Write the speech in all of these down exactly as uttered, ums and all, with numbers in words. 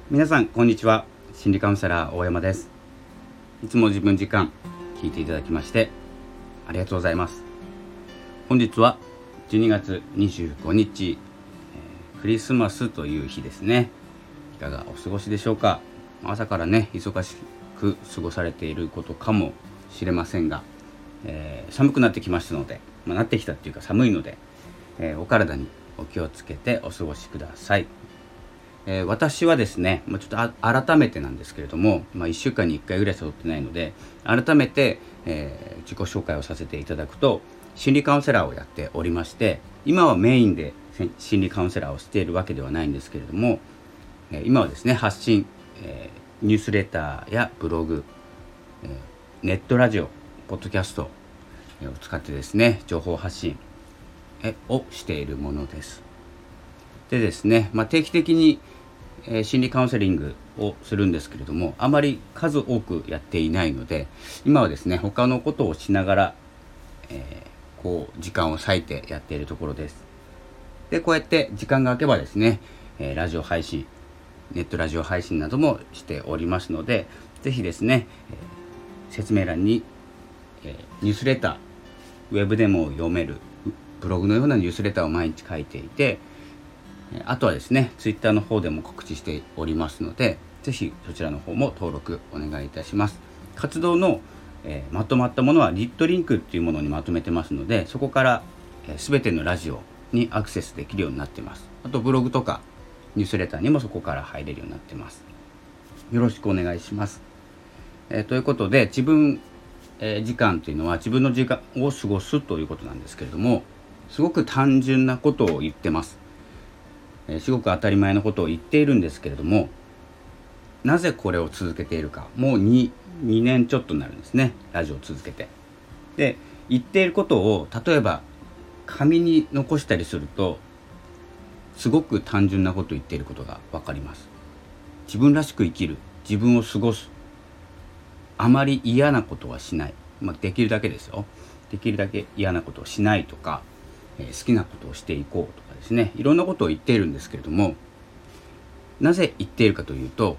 皆さんこんにちは。心理カウンセラー大山です。いつも自分時間聞いていただきましてありがとうございます。本日はじゅうにがつにじゅうごにち、えー、クリスマスという日ですね。いかがお過ごしでしょうか。朝からね忙しく過ごされていることかもしれませんが、えー、寒くなってきましたので、まあ、なってきたっていうか寒いので、えー、お体にお気をつけてお過ごしください。えー、私はですね、まあ、ちょっとあ改めてなんですけれども、まあ、いっしゅうかんにいっかいぐらいしか撮ってないので改めて、えー、自己紹介をさせていただくと、心理カウンセラーをやっておりまして、今はメインで心理カウンセラーをしているわけではないんですけれども、えー、今はですね発信、えー、ニュースレターやブログ、えー、ネットラジオ、ポッドキャストを使ってですね情報発信をしているものです。でですね、まあ、定期的に、えー、心理カウンセリングをするんですけれども、あまり数多くやっていないので、今はですね他のことをしながら、えー、こう時間を割いてやっているところです。でこうやって時間が空けばですね、えー、ラジオ配信、ネットラジオ配信などもしておりますので、ぜひですね、えー、説明欄に、えー、ニュースレター、ウェブでも読めるブログのようなニュースレターを毎日書いていて、あとはですねツイッターの方でも告知しておりますので、ぜひそちらの方も登録お願いいたします。活動の、えー、まとまったものはリットリンクっていうものにまとめてますので、そこから、えー、全てのラジオにアクセスできるようになってます。あとブログとかニュースレターにもそこから入れるようになってます。よろしくお願いします。えー、ということで、自分、えー、時間というのは自分の時間を過ごすということなんですけれども、すごく単純なことを言ってます。すごく当たり前のことを言っているんですけれども、なぜこれを続けているか。もう 2, 2年ちょっとになるんですね、ラジオを続けて。で言っていることを例えば紙に残したりすると、すごく単純なことを言っていることが分かります。自分らしく生きる、自分を過ごす、あまり嫌なことはしない、まあ、できるだけですよ。できるだけ嫌なことをしないとか、えー、好きなことをしていこうとかですね、いろんなことを言っているんですけれども、なぜ言っているかというと、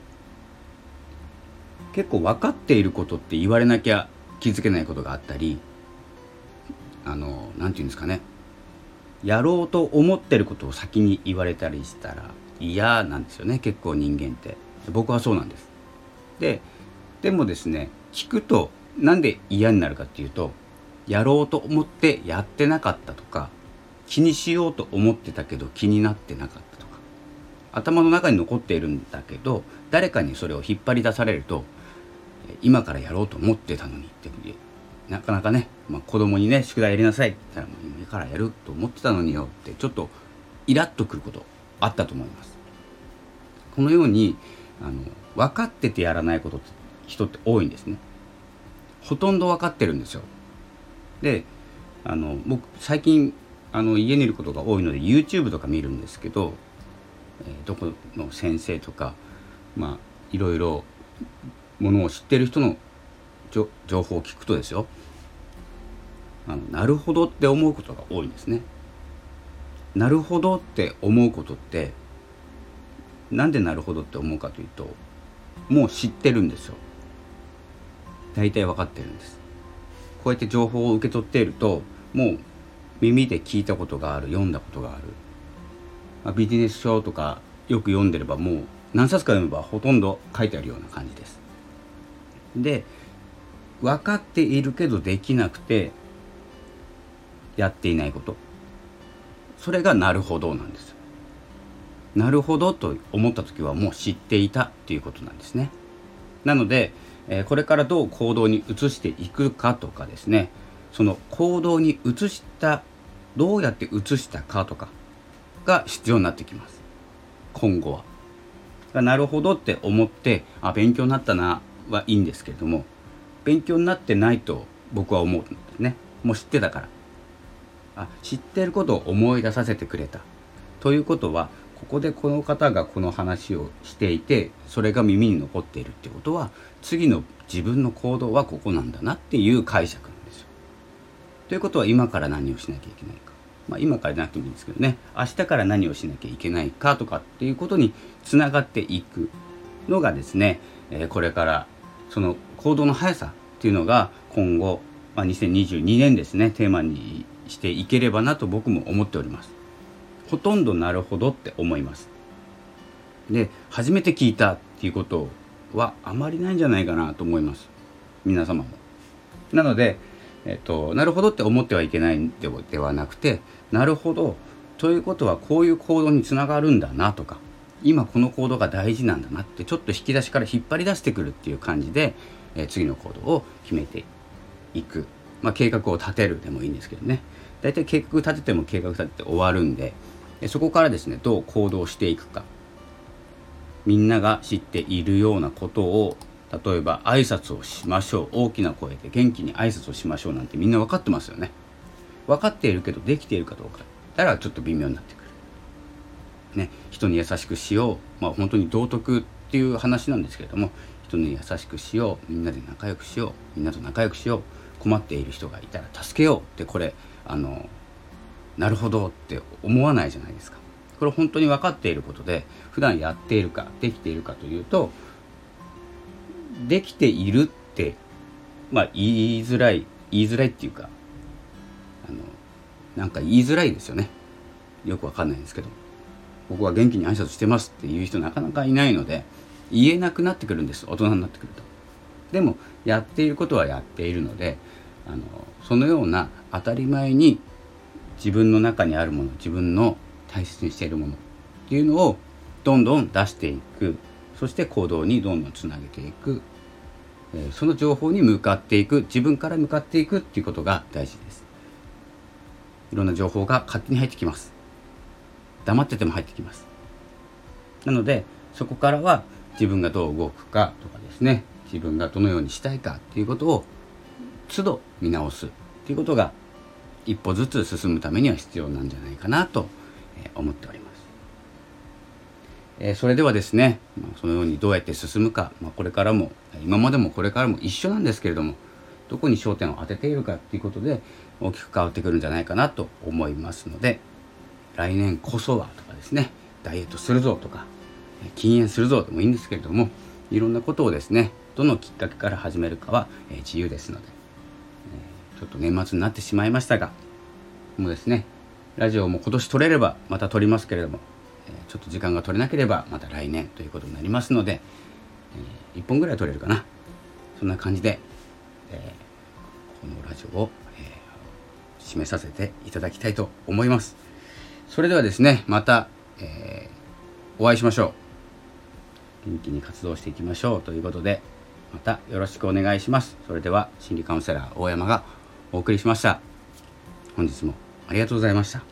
結構分かっていることって言われなきゃ気づけないことがあったり、あのなんていうんですかね、やろうと思ってることを先に言われたりしたら嫌なんですよね、結構人間って。僕はそうなんです。ででもですね、聞くとなんで嫌になるかっていうと、やろうと思ってやってなかったとか、気にしようと思ってたけど気になってなかったとか、頭の中に残っているんだけど誰かにそれを引っ張り出されると、今からやろうと思ってたのにってなかなかね、まあ、子供にね宿題やりなさいって言ったら、もう今からやると思ってたのによってちょっとイラッとくることあったと思います。このようにあの分かっててやらないことって人って多いんですね。ほとんど分かってるんですよ。であの僕最近あの家にいることが多いので YouTube とか見るんですけど、えー、どこの先生とか、まあいろいろものを知ってる人の情報を聞くとですよ、あのなるほどって思うことが多いんですね。なるほどって思うことって、なんでなるほどって思うかというと、もう知ってるんですよ。大体分かってるんです。こうやって情報を受け取っていると、もう耳で聞いたことがある、読んだことがある、まあ、ビジネス書とかよく読んでれば、もう何冊か読めばほとんど書いてあるような感じです。で分かっているけどできなくてやっていないこと、それがなるほどなんですよ。なるほどと思った時はもう知っていたっていうことなんですね。なので、えー、これからどう行動に移していくかとかですね、その行動に移した、どうやって移したかとかが必要になってきます、今後は。なるほどって思って、あ、勉強になったなはいいんですけれども、勉強になってないと僕は思うんですね。もう知ってたから。あ、知っていることを思い出させてくれたということは、ここでこの方がこの話をしていて、それが耳に残っているってことは、次の自分の行動はここなんだなっていう解釈なんですよ。ということは、今から何をしなきゃいけないか、まあ、今からなくてもいいんですけどね、明日から何をしなきゃいけないかとかっていうことにつながっていく。 のがですね、えー、これからその行動の速さっていうのが今後、まあ、にせんにじゅうにねんですねテーマにしていければなと僕も思っております。ほとんどなるほどって思います。で、初めて聞いたっていうことはあまりないんじゃないかなと思います、皆様も。なので、えっと、なるほどって思ってはいけないでではなくて、なるほどということはこういう行動につながるんだなとか、今この行動が大事なんだなってちょっと引き出しから引っ張り出してくるっていう感じで、えー、次の行動を決めていく、まあ、計画を立てるでもいいんですけどね。だいたい計画立てても計画立てて終わるんで、そこからですねどう行動していくか、みんなが知っているようなことを、例えば挨拶をしましょう、大きな声で元気に挨拶をしましょうなんてみんな分かってますよね。分かっているけどできているかどうかだからちょっと微妙になってくる、ね、人に優しくしよう、まあ本当に道徳っていう話なんですけれども、人に優しくしよう、みんなで仲良くしよう、みんなと仲良くしよう、困っている人がいたら助けようって、これあのなるほどって思わないじゃないですか。これ本当に分かっていることで、普段やっているかできているかというと、できているってまあ言いづらい言いづらいっていうか、あのなんか言いづらいですよね。よくわかんないんですけど、僕は元気に挨拶してますっていう人なかなかいないので、言えなくなってくるんです、大人になってくると。でもやっていることはやっているので、あのそのような当たり前に自分の中にあるもの、自分の大切にしているものっていうのをどんどん出していく、そして行動にどんどんつなげていく、えー、その情報に向かっていく、自分から向かっていくっていうことが大事です。いろんな情報が勝手に入ってきます。黙ってても入ってきます。なのでそこからは自分がどう動くかとかですね、自分がどのようにしたいかっていうことを都度見直すっていうことが一歩ずつ進むためには必要なんじゃないかなと思っております。えー、それではですね、まあ、そのようにどうやって進むか、まあ、これからも今までもこれからも一緒なんですけれども、どこに焦点を当てているかっていうことで大きく変わってくるんじゃないかなと思いますので、来年こそはとかですね、ダイエットするぞとか禁煙するぞでもいいんですけれども、いろんなことをですね、どのきっかけから始めるかは、えー、自由ですので、えー、ちょっと年末になってしまいましたが、もうですね、ラジオも今年撮れればまた撮りますけれども、えー、ちょっと時間が取れなければまた来年ということになりますので、えー、いっぽんぐらい撮れるかな、そんな感じで、えー、このラジオを、えー、締めさせていただきたいと思います。それではですね、また、えー、お会いしましょう。元気に活動していきましょうということで、またよろしくお願いします。それでは心理カウンセラー大山がお送りしました。本日もありがとうございました。